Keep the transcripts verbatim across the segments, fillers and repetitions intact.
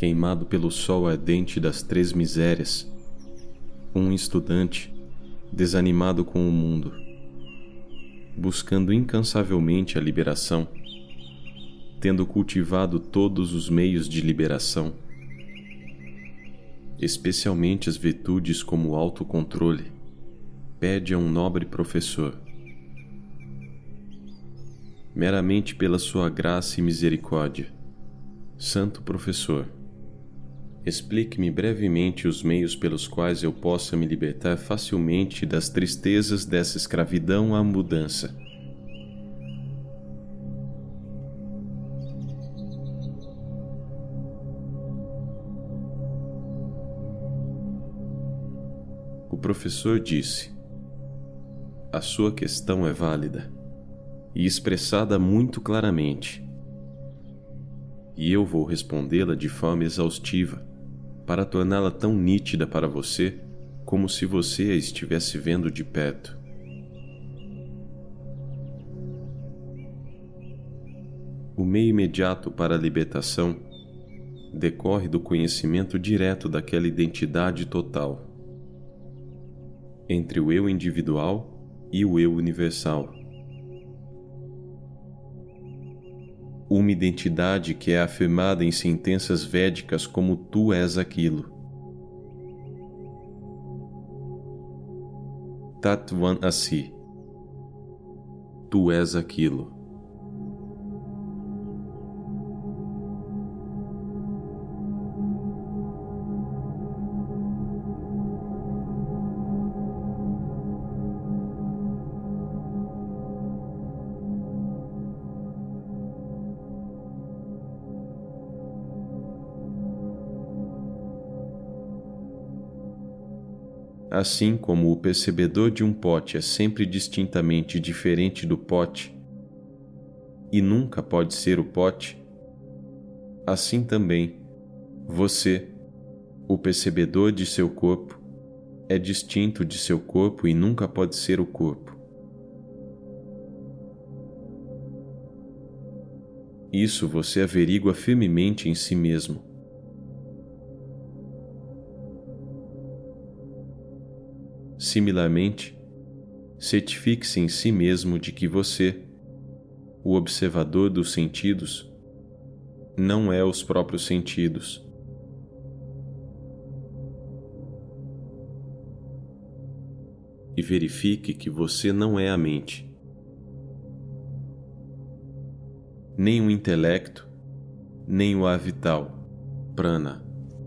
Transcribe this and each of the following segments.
queimado pelo sol ardente das três misérias, um estudante, desanimado com o mundo, buscando incansavelmente a liberação, tendo cultivado todos os meios de liberação, especialmente as virtudes como o autocontrole, pede a um nobre professor, meramente pela sua graça e misericórdia: Santo professor, explique-me brevemente os meios pelos quais eu possa me libertar facilmente das tristezas dessa escravidão à mudança. O professor disse: a sua questão é válida e expressada muito claramente, e eu vou respondê-la de forma exaustiva, para torná-la tão nítida para você como se você a estivesse vendo de perto. O meio imediato para a libertação decorre do conhecimento direto daquela identidade total entre o eu individual e o eu universal. Uma identidade que é afirmada em sentenças védicas como tu és aquilo. Tatvan Asi. Tu és aquilo. Assim como o percebedor de um pote é sempre distintamente diferente do pote, e nunca pode ser o pote, assim também, você, o percebedor de seu corpo, é distinto de seu corpo e nunca pode ser o corpo. Isso você averigua firmemente em si mesmo. Similarmente, certifique-se em si mesmo de que você, o observador dos sentidos, não é os próprios sentidos. E verifique que você não é a mente, nem o intelecto, nem o ar vital, prana.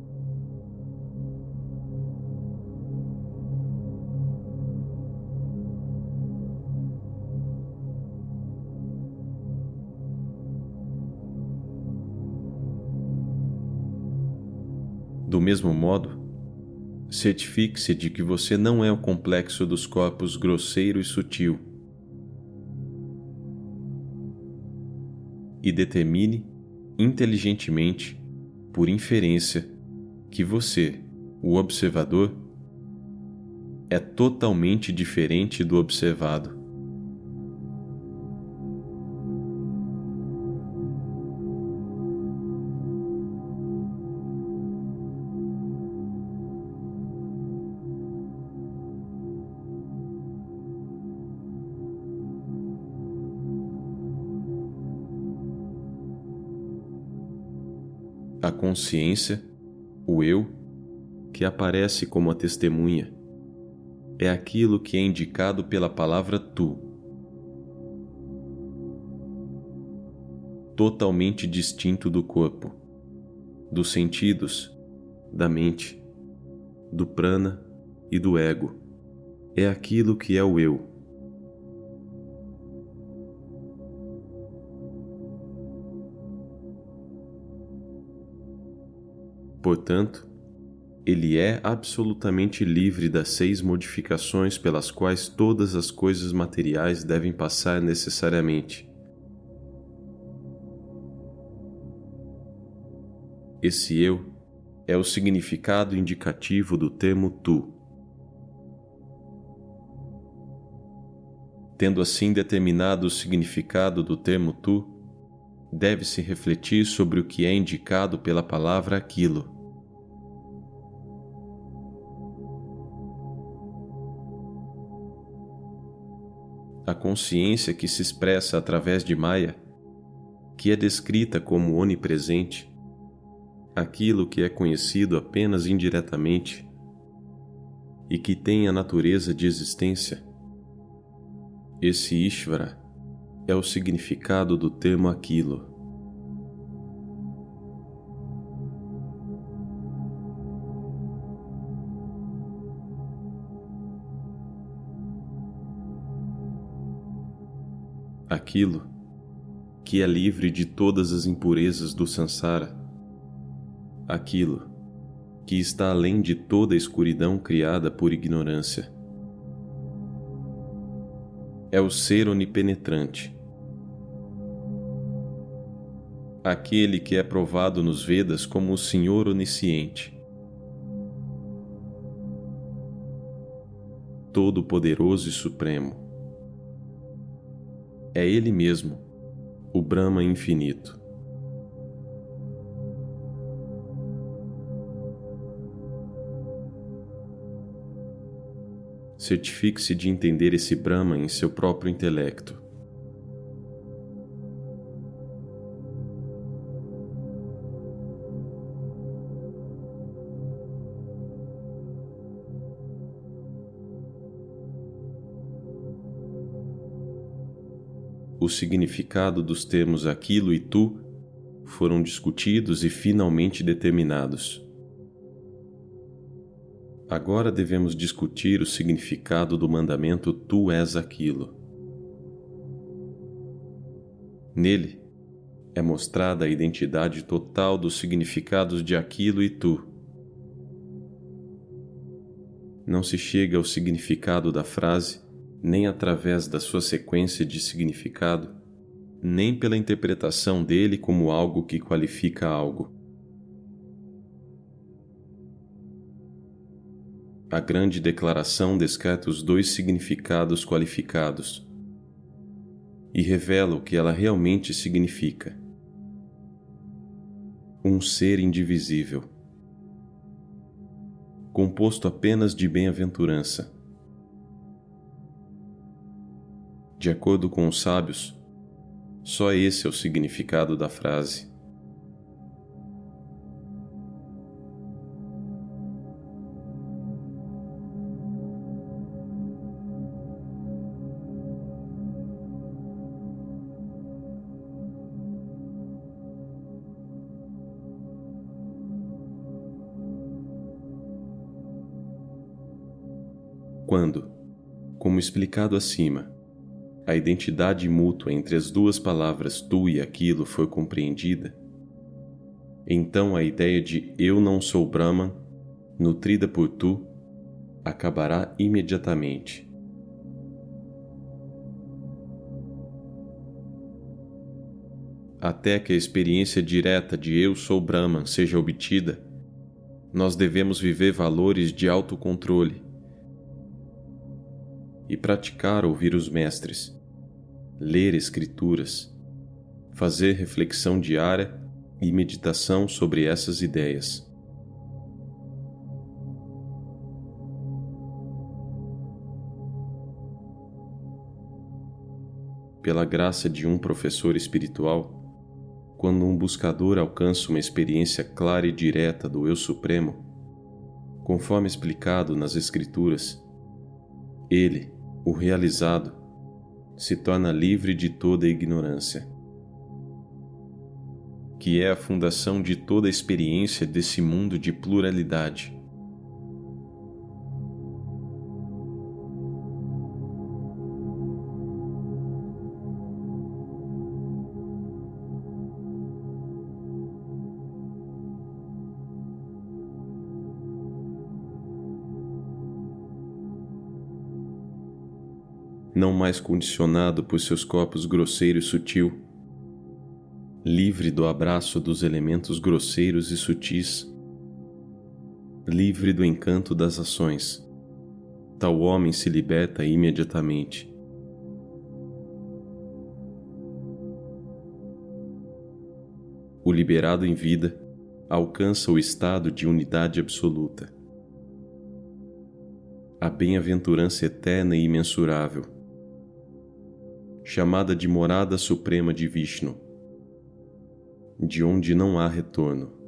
Do mesmo modo, certifique-se de que você não é o complexo dos corpos grosseiro e sutil, e determine inteligentemente, por inferência, que você, o observador, é totalmente diferente do observado. A consciência, o eu, que aparece como a testemunha, é aquilo que é indicado pela palavra tu, totalmente distinto do corpo, dos sentidos, da mente, do prana e do ego. É aquilo que é o eu. Portanto, ele é absolutamente livre das seis modificações pelas quais todas as coisas materiais devem passar necessariamente. Esse eu é o significado indicativo do termo tu. Tendo assim determinado o significado do termo tu, deve-se refletir sobre o que é indicado pela palavra aquilo. A consciência que se expressa através de Maya, que é descrita como onipresente, aquilo que é conhecido apenas indiretamente e que tem a natureza de existência. Esse Ishvara é o significado do termo aquilo. Aquilo que é livre de todas as impurezas do Sansara, aquilo que está além de toda a escuridão criada por ignorância. É o ser onipenetrante, aquele que é provado nos Vedas como o Senhor onisciente, todo-poderoso e supremo. É Ele mesmo, o Brahma infinito. Certifique-se de entender esse Brahma em seu próprio intelecto. O significado dos termos aquilo e tu foram discutidos e finalmente determinados. Agora devemos discutir o significado do mandamento tu és aquilo. Nele é mostrada a identidade total dos significados de aquilo e tu. Não se chega ao significado da frase nem através da sua sequência de significado, nem pela interpretação dele como algo que qualifica algo. A grande declaração descarta os dois significados qualificados e revela o que ela realmente significa: um ser indivisível, composto apenas de bem-aventurança. De acordo com os sábios, só esse é o significado da frase. Quando, como explicado acima, a identidade mútua entre as duas palavras tu e aquilo foi compreendida, então a ideia de eu não sou Brahman, nutrida por tu, acabará imediatamente. Até que a experiência direta de eu sou Brahman seja obtida, nós devemos viver valores de autocontrole e praticar ouvir os mestres, ler escrituras, fazer reflexão diária e meditação sobre essas ideias. Pela graça de um professor espiritual, quando um buscador alcança uma experiência clara e direta do Eu Supremo, conforme explicado nas Escrituras, ele, o realizado, se torna livre de toda ignorância, que é a fundação de toda a experiência desse mundo de pluralidade. Não mais condicionado por seus corpos grosseiro e sutil, livre do abraço dos elementos grosseiros e sutis, livre do encanto das ações, tal homem se liberta imediatamente. o liberado em vida alcança o estado de unidade absoluta. A bem-aventurança eterna e imensurável, chamada de morada suprema de Vishnu, de onde não há retorno.